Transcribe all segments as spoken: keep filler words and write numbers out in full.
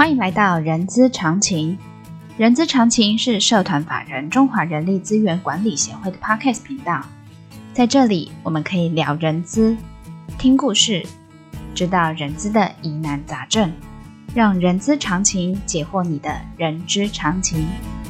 欢迎来到人资常情。人资常情是社团法人中华人力资源管理协会的 Podcast 频道，在这里我们可以聊人资，听故事，知道人资的疑难杂症，让人资常情解惑你的人之常情。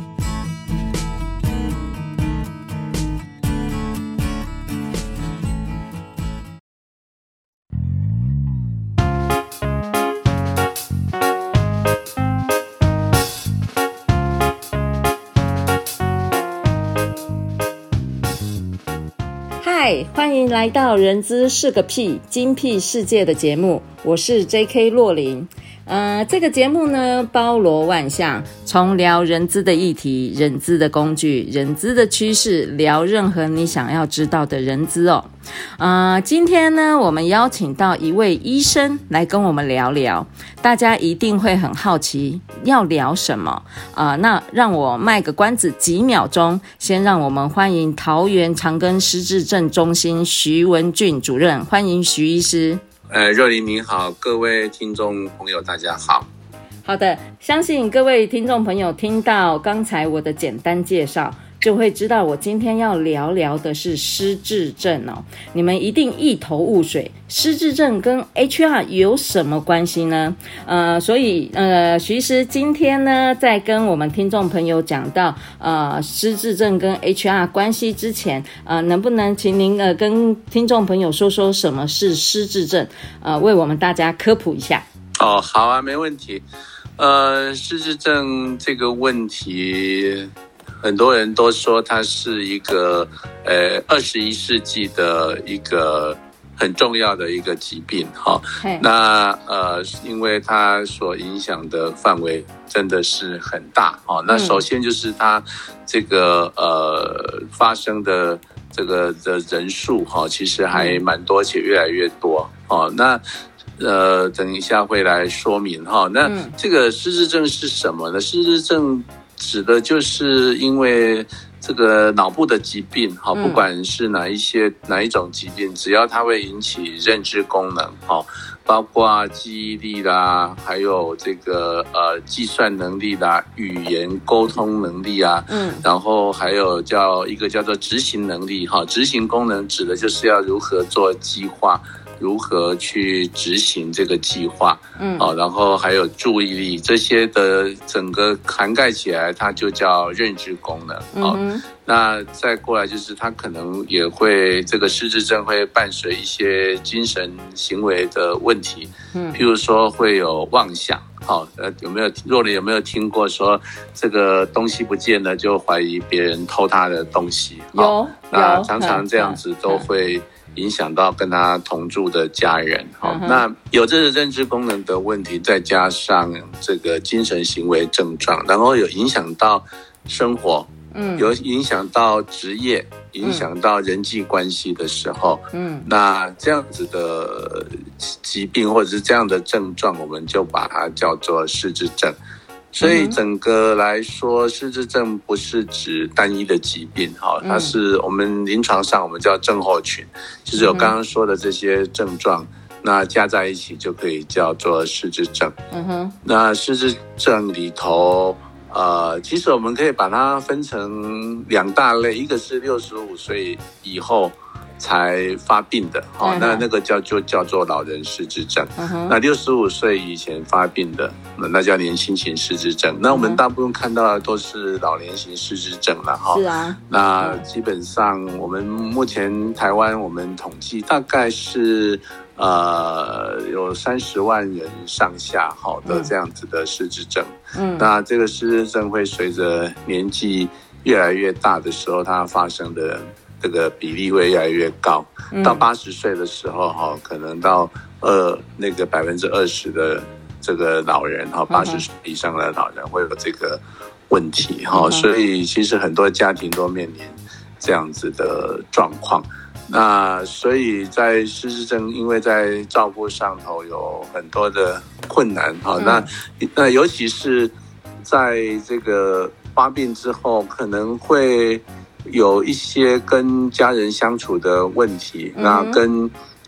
嗨，欢迎来到人资是个屁精辟世界的节目，我是 J K 洛琳。呃，这个节目呢包罗万象，从聊人资的议题、人资的工具、人资的趋势，聊任何你想要知道的人资哦。呃，今天呢，我们邀请到一位医生来跟我们聊聊，大家一定会很好奇要聊什么啊、呃？那让我卖个关子几秒钟，先让我们欢迎桃园长庚失智症中心徐文俊主任，欢迎徐医师。 呃，若琳您好，各位听众朋友大家好。 好的，相信各位听众朋友听到刚才我的简单介绍，就会知道我今天要聊聊的是失智症哦。你们一定一头雾水，失智症跟 H R 有什么关系呢？呃，所以呃，徐医师今天呢，在跟我们听众朋友讲到呃失智症跟 H R 关系之前，呃，能不能请您呃跟听众朋友说说什么是失智症？呃，为我们大家科普一下。 哦，好啊，没问题。呃，失智症这个问题，很多人都说它是一个呃二十一世纪的一个很重要的一个疾病哈。那呃，因为它所影响的范围真的是很大哈。那首先就是它这个呃发生的这个的人数哈，其实还蛮多，且越来越多哦。那呃，等一下会来说明哈。那这个失智症是什么呢？失智症指的就是因为这个脑部的疾病哈，不管是哪一些哪一种疾病，只要它会引起认知功能哈，包括记忆力啦，还有这个呃计算能力啦、语言沟通能力啊，嗯，然后还有叫一个叫做执行能力哈，执行功能指的就是要如何做计划。如何去执行这个计划，嗯，哦，然后还有注意力这些的整个涵盖起来，它就叫认知功能，哦，嗯，那再过来就是它可能也会这个失智症会伴随一些精神行为的问题，嗯，譬如说会有妄想，好，呃，有没有若琳有没有听过说这个东西不见了就怀疑别人偷他的东西？ 有， 那常常这样子都会影响到跟他同住的家人，好，嗯，那有这个认知功能的问题，再加上这个精神行为症状，然后有影响到生活，嗯，有影响到职业，影响到人际关系的时候，嗯，那这样子的疾病或者是这样的症状，我们就把它叫做失智症。所以整个来说，失智症不是指单一的疾病，它是我们临床上我们叫症候群，就是有刚刚说的这些症状，那加在一起就可以叫做失智症。嗯哼，那失智症里头，呃，其实我们可以把它分成两大类，一个是六十五岁以后才发病的，哦，那那个叫就叫做老人失智症。Uh-huh. 那六十五岁以前发病的，那叫年轻型失智症。那我们大部分看到的都是老年型失智症了，哈。是啊。那基本上我们目前台湾我们统计大概是呃有三十万人上下好的这样子的失智症。嗯。那这个失智症会随着年纪越来越大的时候，它发生的这个比例会越来越高，嗯，到八十岁的时候哈，可能到二那个百分之二十的这个老人哈，八十岁以上的老人会有这个问题哈，嗯，所以其实很多家庭都面临这样子的状况。那所以在失智症，因为在照顾上头有很多的困难哈，嗯，那那尤其是在这个发病之后，可能会有一些跟家人相处的问题，嗯，那跟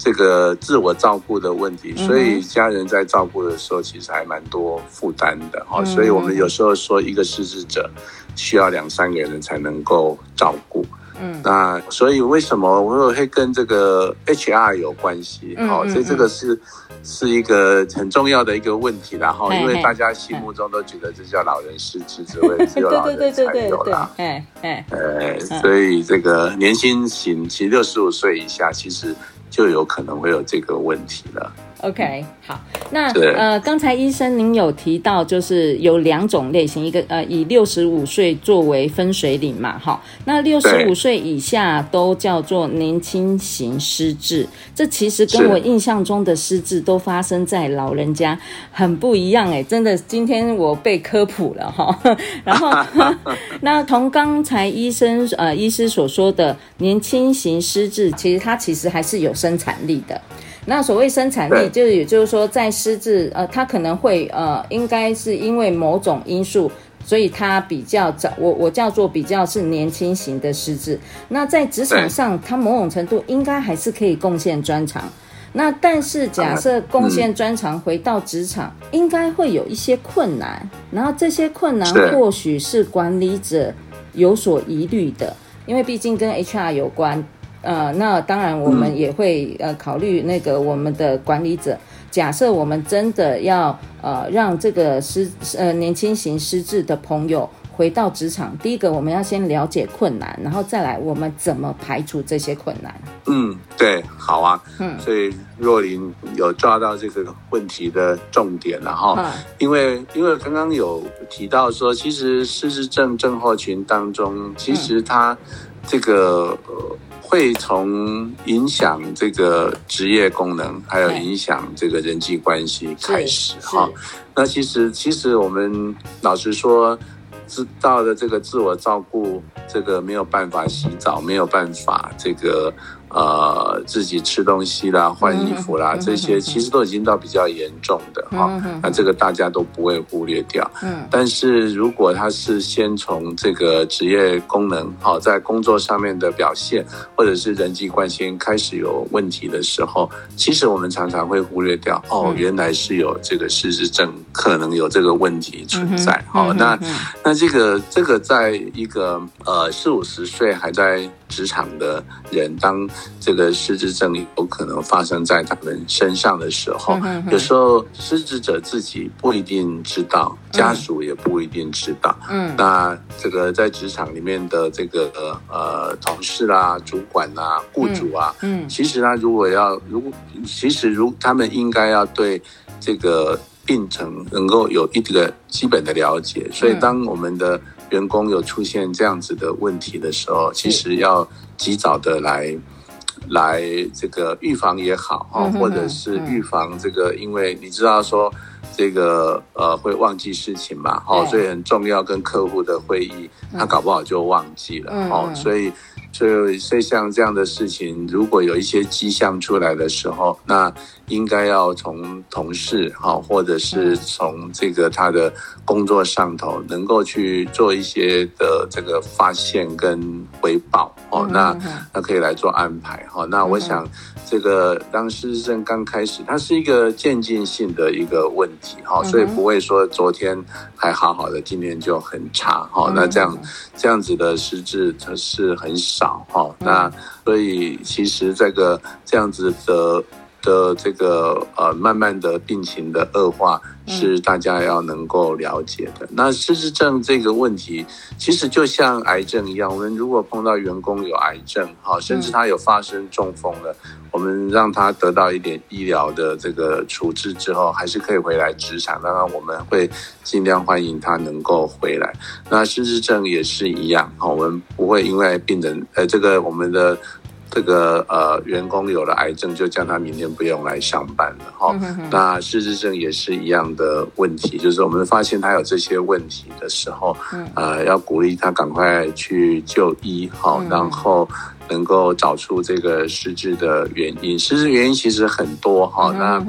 这个自我照顾的问题，所以家人在照顾的时候其实还蛮多负担的哈、嗯。所以我们有时候说一个失智者需要两三个人才能够照顾。嗯，那所以为什么我会跟这个 H R 有关系？嗯、哦，所以这个是是一个很重要的一个问题啦。哈，因为大家心目中都觉得这叫老人失智，只会只有老人才有啦。哎哎，呃，所以这个年轻型，其实六十五岁以下，其实就有可能会有这个问题了。 OK， 好，那呃，刚才医生您有提到，就是有两种类型，一个呃以六十五岁作为分水岭嘛，哈，那六十五岁以下都叫做年轻型失智，这其实跟我印象中的失智都发生在老人家，很不一样哎，真的，今天我被科普了哈，然后那从刚才医生呃医师所说的年轻型失智，其实它其实还是有生产力的。那所谓生产力，就也就是说，在失智，呃，他可能会，呃，应该是因为某种因素，所以他比较早，我我叫做比较是年轻型的失智。那在职场上，他某种程度应该还是可以贡献专长。那但是假设贡献专长回到职场，嗯、应该会有一些困难，然后这些困难或许是管理者有所疑虑的，因为毕竟跟 H R 有关。呃，那当然我们也会呃考虑那个我们的管理者，假设我们真的要呃让这个失呃年轻型失智的朋友回到职场，第一个我们要先了解困难，然后再来我们怎么排除这些困难。 嗯，对，好啊，嗯，所以若琳有抓到这个问题的重点了哈、嗯，因为因为刚刚有提到说，其实失智症症候群当中，其实它这个呃。会从影响这个职业功能，还有影响这个人际关系开始哈。那其实其实我们老实说，知道的这个自我照顾，这个没有办法洗澡，没有办法这个呃自己吃东西啦、换衣服啦，这些其实都已经到比较严重的哈。那这个大家都不会忽略掉。嗯。但是如果他是先从这个职业功能，好，在工作上面的表现，或者是人际关系开始有问题的时候，其实我们常常会忽略掉，哦，原来是有这个失智症，可能有这个问题存在。好，那那这个这个在一个呃四五十岁还在职场的人，当这个失智症有可能发生在他们身上的时候，嗯、有时候失智者自己不一定知道，家属也不一定知道。嗯，那这个在职场里面的这个呃同事啦、主管啦、雇主啊，嗯，嗯其实他如果要如果其实如他们应该要对这个病程能够有一个基本的了解，所以当我们的员工有出现这样子的问题的时候，其实要及早的来来这个预防也好，哦，或者是预防这个，因为你知道说这个呃会忘记事情嘛，哦，所以很重要，跟客户的会议，他搞不好就忘记了，哦，所以。所以，所以像这样的事情，如果有一些迹象出来的时候，那应该要从同事哈，或者是从这个他的工作上头，能够去做一些的这个发现跟回报哦。那那可以来做安排哈。那我想，这个当失智症刚开始，它是一个渐进性的一个问题哈，所以不会说昨天还好好的，今天就很差哈。那这样这样子的失智它是很少。哦，那所以其实这个这样子的的这个呃慢慢的病情的恶化是大家要能够了解的。那失智症这个问题其实就像癌症一样，我们如果碰到员工有癌症，哈，甚至他有发生中风了，我们让他得到一点医疗的这个处置之后，还是可以回来职场，当然我们会尽量欢迎他能够回来。那失智症也是一样，我们不会因为病人呃这个我们的这个呃员工有了癌症就叫他明天不用来上班了哈、哦。那失智症也是一样的问题，就是我们发现他有这些问题的时候，呃，要鼓励他赶快去就医哈、哦，然后能够找出这个失智的原因。失智原因其实很多哈、哦，那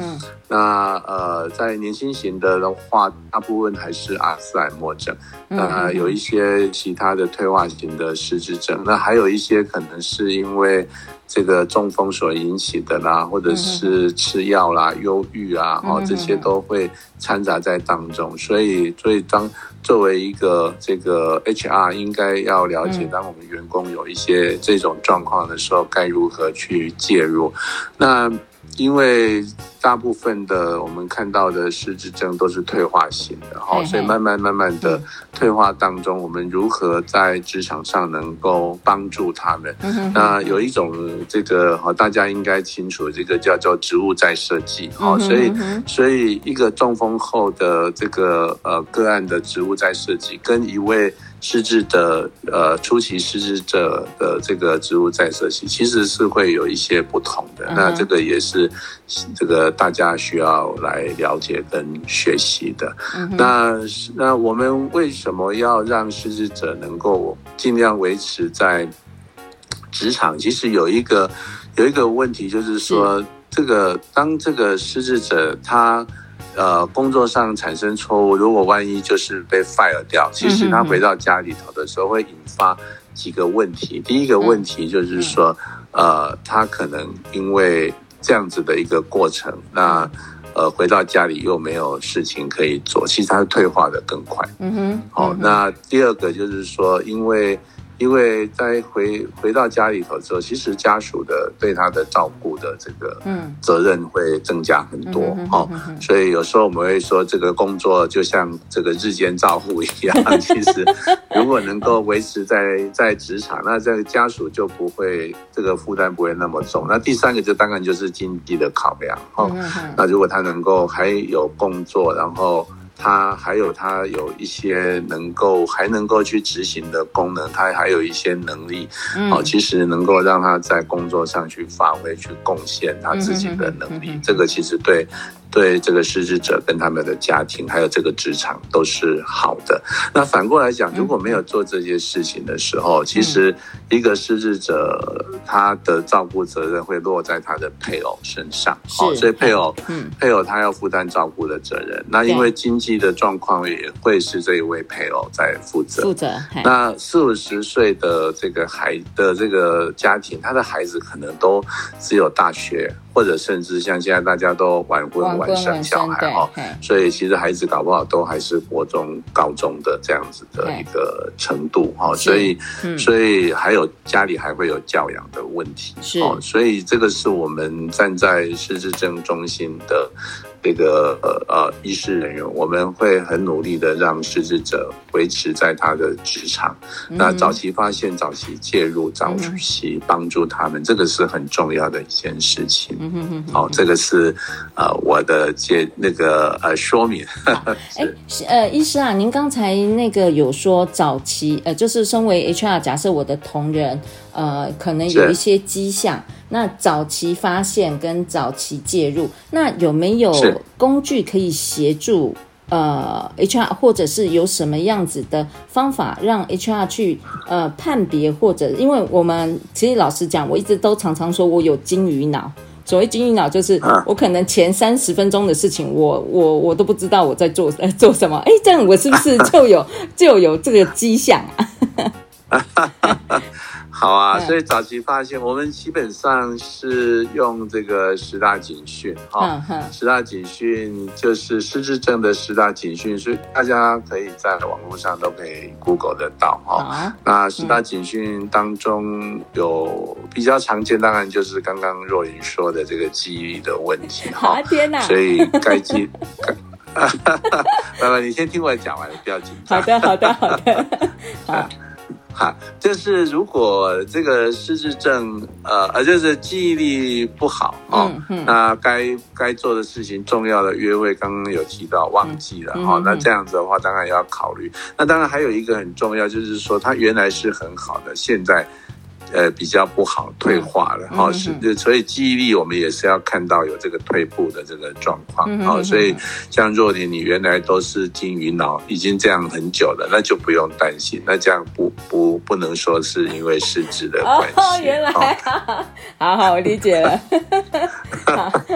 那呃，在年轻型的的话，大部分还是阿兹海默症，呃，有一些其他的退化型的失智症，那还有一些可能是因为这个中风所引起的啦，或者是吃药啦、忧郁啊，哦，这些都会掺杂在当中。所以，所以当作为一个这个 H R， 应该要了解，当我们员工有一些这种状况的时候，该如何去介入。那因为大部分的我们看到的失智症都是退化型的，嘿嘿，所以慢慢慢慢的退化当中，我们如何在职场上能够帮助他们？嗯、那有一种这个大家应该清楚，这个叫做职务再设计，嗯、所以所以一个中风后的这个呃个案的职务再设计，跟一位失智的呃初期失智者的这个职务再设计，其实是会有一些不同的。嗯、那这个也是这个大家需要来了解跟学习的。嗯、那那我们为什么要让失智者能够尽量维持在职场？其实有一个有一个问题，就是说，这个当这个失智者他呃，工作上产生错误，如果万一就是被 fire 掉，其实他回到家里头的时候会引发几个问题。第一个问题就是说，呃，他可能因为这样子的一个过程，那呃回到家里又没有事情可以做，其实他退化的更快。嗯哼。好、哦，那第二个就是说，因为因为在回回到家里头之后，其实家属的对他的照顾的这个责任会增加很多、嗯哦、所以有时候我们会说，这个工作就像这个日间照护一样。其实如果能够维持在在职场，那这个家属就不会这个负担不会那么重。那第三个就当然就是经济的考量、哦、那如果他能够还有工作，然后他还有他有一些能够还能够去执行的功能，他还有一些能力，嗯哦、其实能够让他在工作上去发挥、去贡献他自己的能力，嗯、这个其实对对这个失智者跟他们的家庭还有这个职场都是好的。那反过来讲，如果没有做这些事情的时候，嗯、其实一个失智者他的照顾责任会落在他的配偶身上，哦、所以配偶、嗯、配偶他要负担照顾的责任。那因为经济的状况也会是这一位配偶在负责。负责。那四五十岁的这个孩的这个家庭，他的孩子可能都只有大学，或者甚至像现在大家都晚婚晚生小孩哦，所以其实孩子搞不好都还是国中、高中的这样子的一个程度哦，所以、嗯、所以还有家里还会有教养的问题哦，所以这个是我们站在失智症中心的这个呃呃医师人员，我们会很努力的让失智者维持在他的职场，嗯、那早期发现、早期介入、早期帮助他们，这个是很重要的一件事情。嗯哼哼，好、哦，这个是呃我的介那个呃说明。 哎，呃，医师啊，您刚才那个有说早期呃，就是身为 H R， 假设我的同仁呃可能有一些迹象，那早期发现跟早期介入，那有没有工具可以协助呃 H R， 或者是有什么样子的方法让 H R 去呃判别，或者因为我们其实老实讲，我一直都常常说我有金鱼脑。所谓金鱼脑，就是我可能前三十分钟的事情，我我我都不知道我在做呃做什么。哎，这样我是不是就有就有这个迹象啊？ 好啊，所以早期发现，我们基本上是用这个十大警讯哈，嗯、十大警讯就是失智症的十大警讯，所以大家可以在网络上都可以 Google 得到哈。啊、那十大警讯当中有比较常见，当然就是刚刚若琳说的这个记忆力的问题哈。 天哪！ 所以该记。妈妈，你先听我讲完，不要紧张。 好的，好的，好的。好。 哈，就是如果这个失智症，呃，呃，就是记忆力不好哦，嗯嗯、那该该做的事情，重要的约会，刚刚有提到忘记了哈、嗯哦，那这样子的话，当然要考虑。那当然还有一个很重要，就是说他原来是很好的，现在。呃，比较不好，退化了哈、嗯哦，所以记忆力我们也是要看到有这个退步的这个状况啊、嗯哦，所以像若琳，你原来都是金鱼脑，已经这样很久了，那就不用担心，那这样不不不能说是因为失智的关系。 哦，原来，哦、好好，我理解了。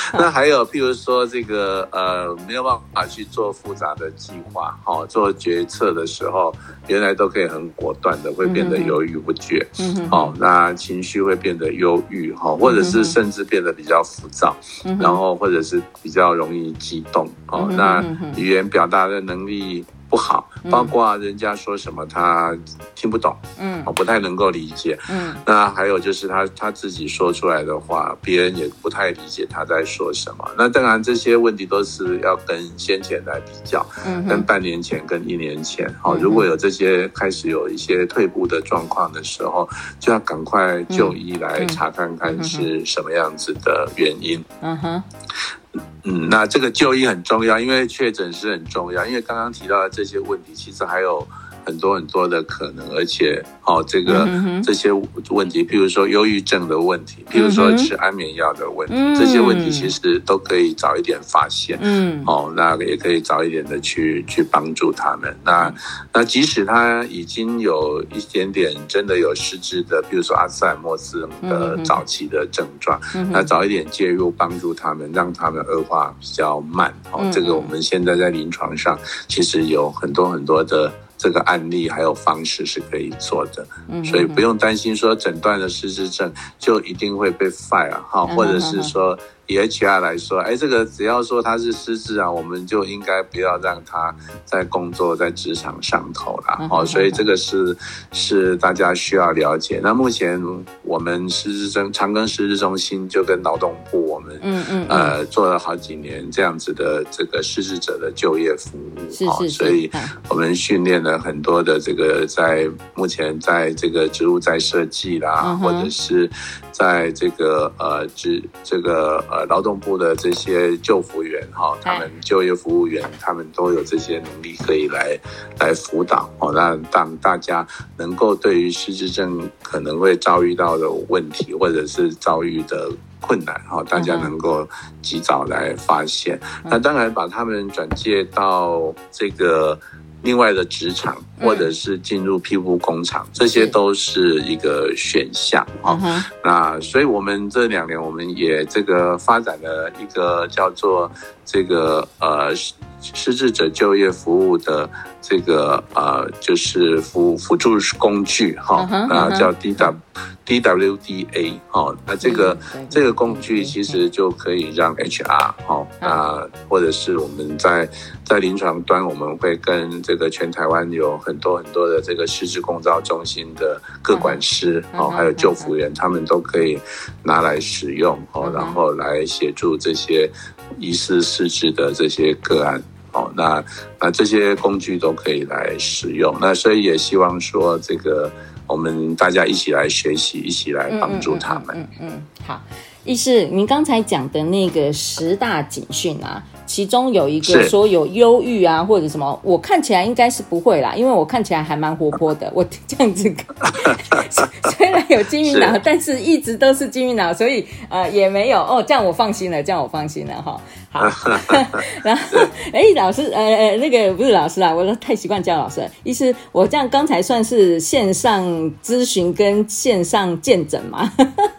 那还有譬如说这个呃没有办法去做复杂的计划，哦，做决策的时候原来都可以很果断的，会变得犹豫不决，嗯哦，那情绪会变得忧郁，哦，或者是甚至变得比较浮躁，嗯，然后或者是比较容易激动，哦，嗯，那语言表达的能力不好，包括人家说什么他听不懂，嗯，不太能够理解，嗯，那还有就是他他自己说出来的话，别人也不太理解他在说什么。那当然这些问题都是要跟先前来比较，嗯，跟半年前跟一年前，好，如果有这些开始有一些退步的状况的时候，就要赶快就医来查看看是什么样子的原因。嗯哼。嗯，那这个就医很重要，因为确诊是很重要，因为刚刚提到的这些问题，其实还有很多很多的可能，而且哦，这个、嗯、这些问题，譬如说忧郁症的问题，譬如说吃安眠药的问题，嗯、这些问题其实都可以早一点发现，嗯，哦，那也可以早一点的去去帮助他们。那那即使他已经有一点点真的有失智的，譬如说阿兹海默症的早期的症状，嗯、那早一点介入帮助他们，让他们恶化比较慢。哦，嗯、这个我们现在在临床上其实有很多很多的这个案例还有方式是可以做的，嗯，所以不用担心说诊断了失智症就一定会被 fire 哈，或者是说以 H R 来说，哎，这个只要说他是失智啊，我们就应该不要让他在工作在职场上头啦，哦，所以这个是是大家需要了解。那目前我们失智症长庚失智中心就跟劳动部我们嗯嗯呃做了好几年这样子的这个失智者的就业服务，是是是，所以我们训练了很多的这个在目前在这个职务再设计啦，嗯、或者是在这个呃职这个呃劳动部的这些就服员哈，他们就业服务员，他们都有这些能力可以来来辅导哦，让让大家能够对于失智症可能会遭遇到的问题，或者是遭遇的困难哈，大家能够及早来发现。嗯、那当然把他们转介到这个另外的职场，或者是进入庇护工厂，嗯、这些都是一个选项哈。嗯、那所以我们这两年我们也这个发展了一个叫做这个呃失智者就业服务的这个呃就是辅辅助工具哈，嗯、啊叫 D W D W D A 哈，那这个、嗯、这个工具其实就可以让 H R 哈，那或者是我们在在临床端，我们会跟这个全台湾有很多很多的这个失智共照中心的个管师哦，还有就服员，他们都可以拿来使用哦，然后来协助这些疑似失智的这些个案。哦，那那这些工具都可以来使用，那所以也希望说这个我们大家一起来学习，一起来帮助他们。嗯 嗯, 嗯, 嗯好，医师，您刚才讲的那个十大警讯啊，其中有一个说有忧郁啊或者什么，我看起来应该是不会啦，因为我看起来还蛮活泼的，我这样子虽然有金鱼脑，但是一直都是金鱼脑，所以呃也没有哦，这样我放心了，这样我放心了哈。好，然后哎，老师，呃呃，那个不是老师啦，我都太习惯叫老师了。意思我这样刚才算是线上咨询跟线上见诊嘛？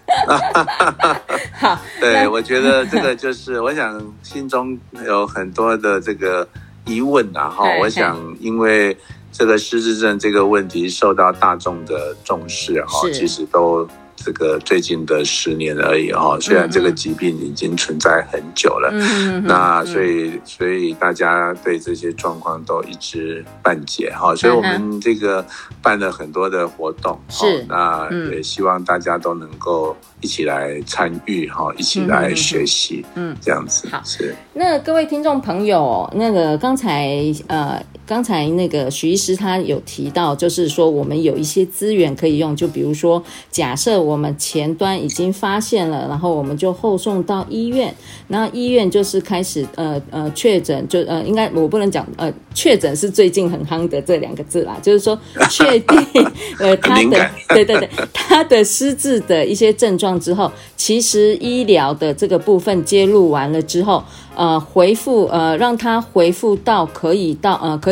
好， 对，我觉得这个就是我想心中有很多的这个疑问啊，哈，我想因为这个失智症这个问题受到大众的重视，哈，其实都。这个最近的十年而已哈，虽然这个疾病已经存在很久了，嗯、那所以所以大家对这些状况都一知半解哈，所以我们这个办了很多的活动，是那也希望大家都能够一起来参与哈，一起来学习，嗯，这样子。 好，是那各位听众朋友，那个刚才呃。刚才那个许医师他有提到，就是说我们有一些资源可以用，就比如说假设我们前端已经发现了，然后我们就后送到医院，然后医院就是开始呃呃确诊，就呃应该我不能讲呃确诊是最近很夯的这两个字啦，就是说确定呃他的对对对他的失智的一些症状之后，其实医疗的这个部分揭露完了之后，呃回复呃让他回复到可以到呃可以。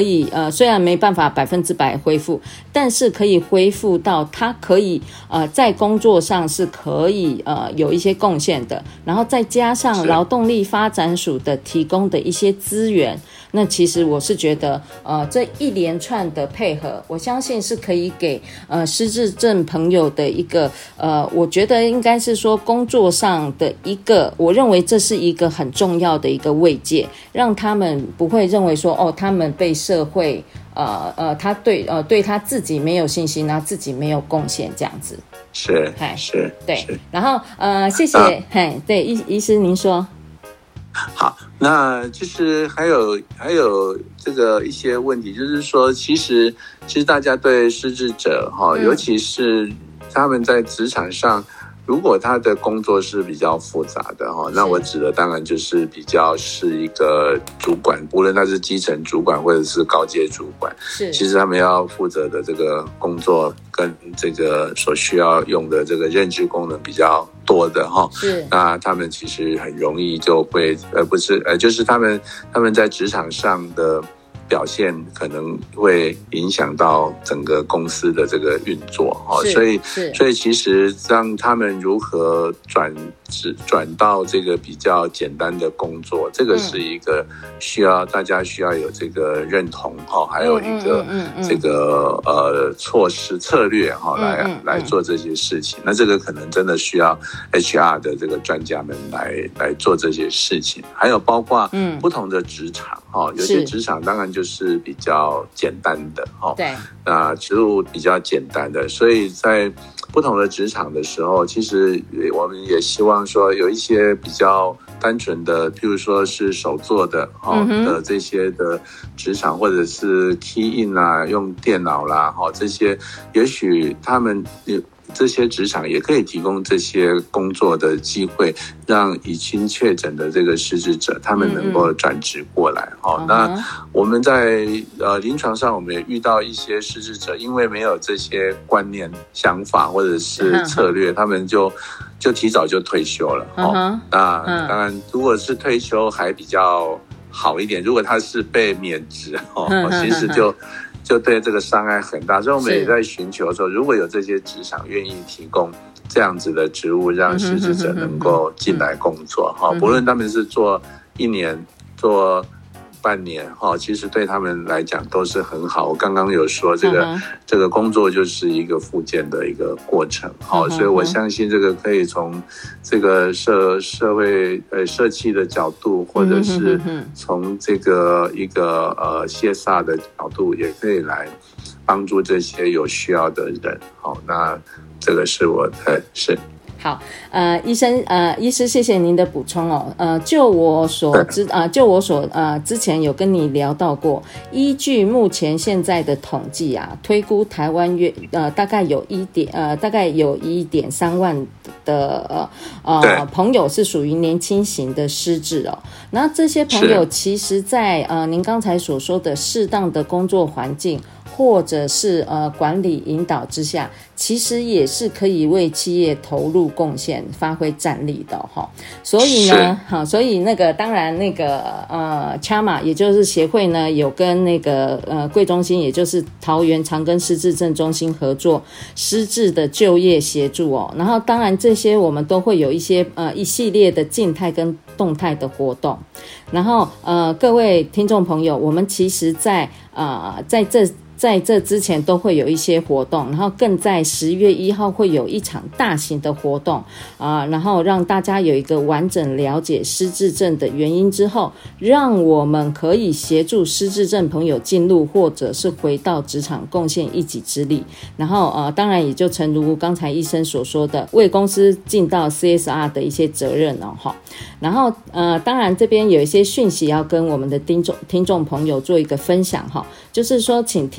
以呃虽然没办法百分之百恢复，但是可以恢复到他可以呃在工作上是可以呃有一些贡献的，然后再加上劳动力发展署的提供的一些资源，那其实我是觉得呃这一连串的配合，我相信是可以给呃失智症朋友的一个呃我觉得应该是说工作上的一个，我认为这是一个很重要的一个慰藉，让他们不会认为说哦他们被社会呃呃他对呃对他自己没有信心，然后自己没有贡献这样子。 是是， 对。然后呃谢谢，嘿、啊，对，医医师您说。 好，那就是还有还有这个一些问题，就是说，其实其实大家对失智者哈、嗯，尤其是他们在职场上，如果他的工作是比较复杂的哈，那我指的当然就是比较是一个主管，无论他是基层主管或者是高阶主管，是其实他们要负责的这个工作跟这个所需要用的这个认知功能比较多的哈，是那他们其实很容易就会呃不是呃就是他们他们在职场上的表现可能会影响到整个公司的这个运作哈，所以所以其实让他们如何转职转到这个比较简单的工作，这个是一个需要大家需要有这个认同哈，还有一个这个呃措施策略哈来来做这些事情。那这个可能真的需要 H R 的这个专家们来来做这些事情，还有包括不同的职场哈，有些职场当然就是比较简单的哈，对，那职务比较简单的，所以在不同的职场的时候，其实我们也希望说有一些比较单纯的，譬如说是手做的哈、嗯、的这些的职场，或者是 key in 啦，用电脑啦哈，这些也许他们这些职场也可以提供这些工作的机会，让已经确诊的这个失智者他们能够转职过来。嗯嗯那我们在呃临床上，我们也遇到一些失智者，因为没有这些观念、想法或者是策略，嗯、他们就就提早就退休了。嗯哦、那当然，如果是退休还比较好一点，如果他是被免职哦，其实就。就对这个伤害很大，所以我们也在寻求说，如果有这些职场愿意提供这样子的职务，让失智者能够进来工作哈，不论他们是做一年、做半年哈，其实对他们来讲都是很好。我刚刚有说这个、uh-huh. 这个工作就是一个复健的一个过程，好， uh-huh. 所以我相信这个可以从这个社社会呃社企的角度，或者是从这个一个呃 C S R 的角度，也可以来帮助这些有需要的人。好，那这个是我的是。 好，呃，医生，呃，医师，谢谢您的补充哦。呃，就我所知，呃，就我所呃之前有跟你聊到过，依据目前现在的统计啊，推估台湾约呃大概有一点呃大概有一点三万的呃呃朋友是属于年轻型的失智哦。那这些朋友其实在呃您刚才所说的适当的工作环境，或者是呃管理引导之下，其实也是可以为企业投入贡献、发挥战力的哈、哦。所以呢，好，所以那个当然那个呃 C H A M A 也就是协会呢，有跟那个呃贵中心，也就是桃园长庚失智症中心合作失智的就业协助哦。然后当然这些我们都会有一些呃一系列的静态跟动态的活动。然后呃各位听众朋友，我们其实在呃在这。在这之前都会有一些活动，然后更在十月一号会有一场大型的活动啊、呃，然后让大家有一个完整了解失智症的原因之后，让我们可以协助失智症朋友进入或者是回到职场，贡献一己之力。然后呃，当然也就诚如刚才医生所说的，为公司尽到 C S R 的一些责任哦哈。然后呃，当然这边有一些讯息要跟我们的听众听众朋友做一个分享哈，就是说请听。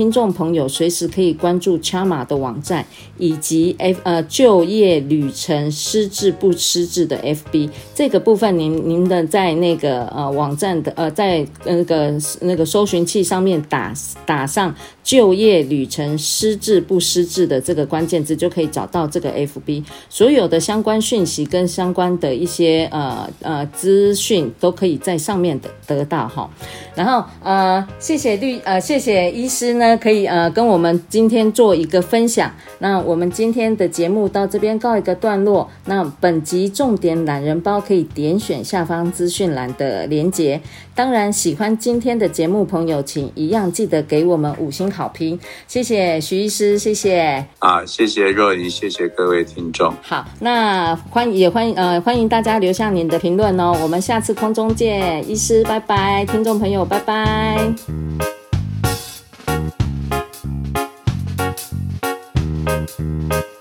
听众朋友随时可以关注 C H A M A 的网站，以及 F 呃就业旅程失智不失智的 F B 这个部分您，您您的在那个呃网站的呃在那个那个搜寻器上面打打上就业旅程失智不失智的这个关键字，就可以找到这个 F B， 所有的相关讯息跟相关的一些呃呃资讯都可以在上面的得到哈。然后呃谢谢律呃谢谢医师呢，可以呃跟我们今天做一个分享。那我们今天的节目到这边告一个段落。那本集重点懒人包可以点选下方资讯栏的连结。当然喜欢今天的节目朋友，请一样记得给我们五星好评。谢谢徐医师，谢谢啊，谢谢若莹，谢谢各位听众。 好，那欢也欢迎呃欢迎大家留下您的评论哦。我们下次空中见，医师拜拜，听众朋友拜拜。Thank you.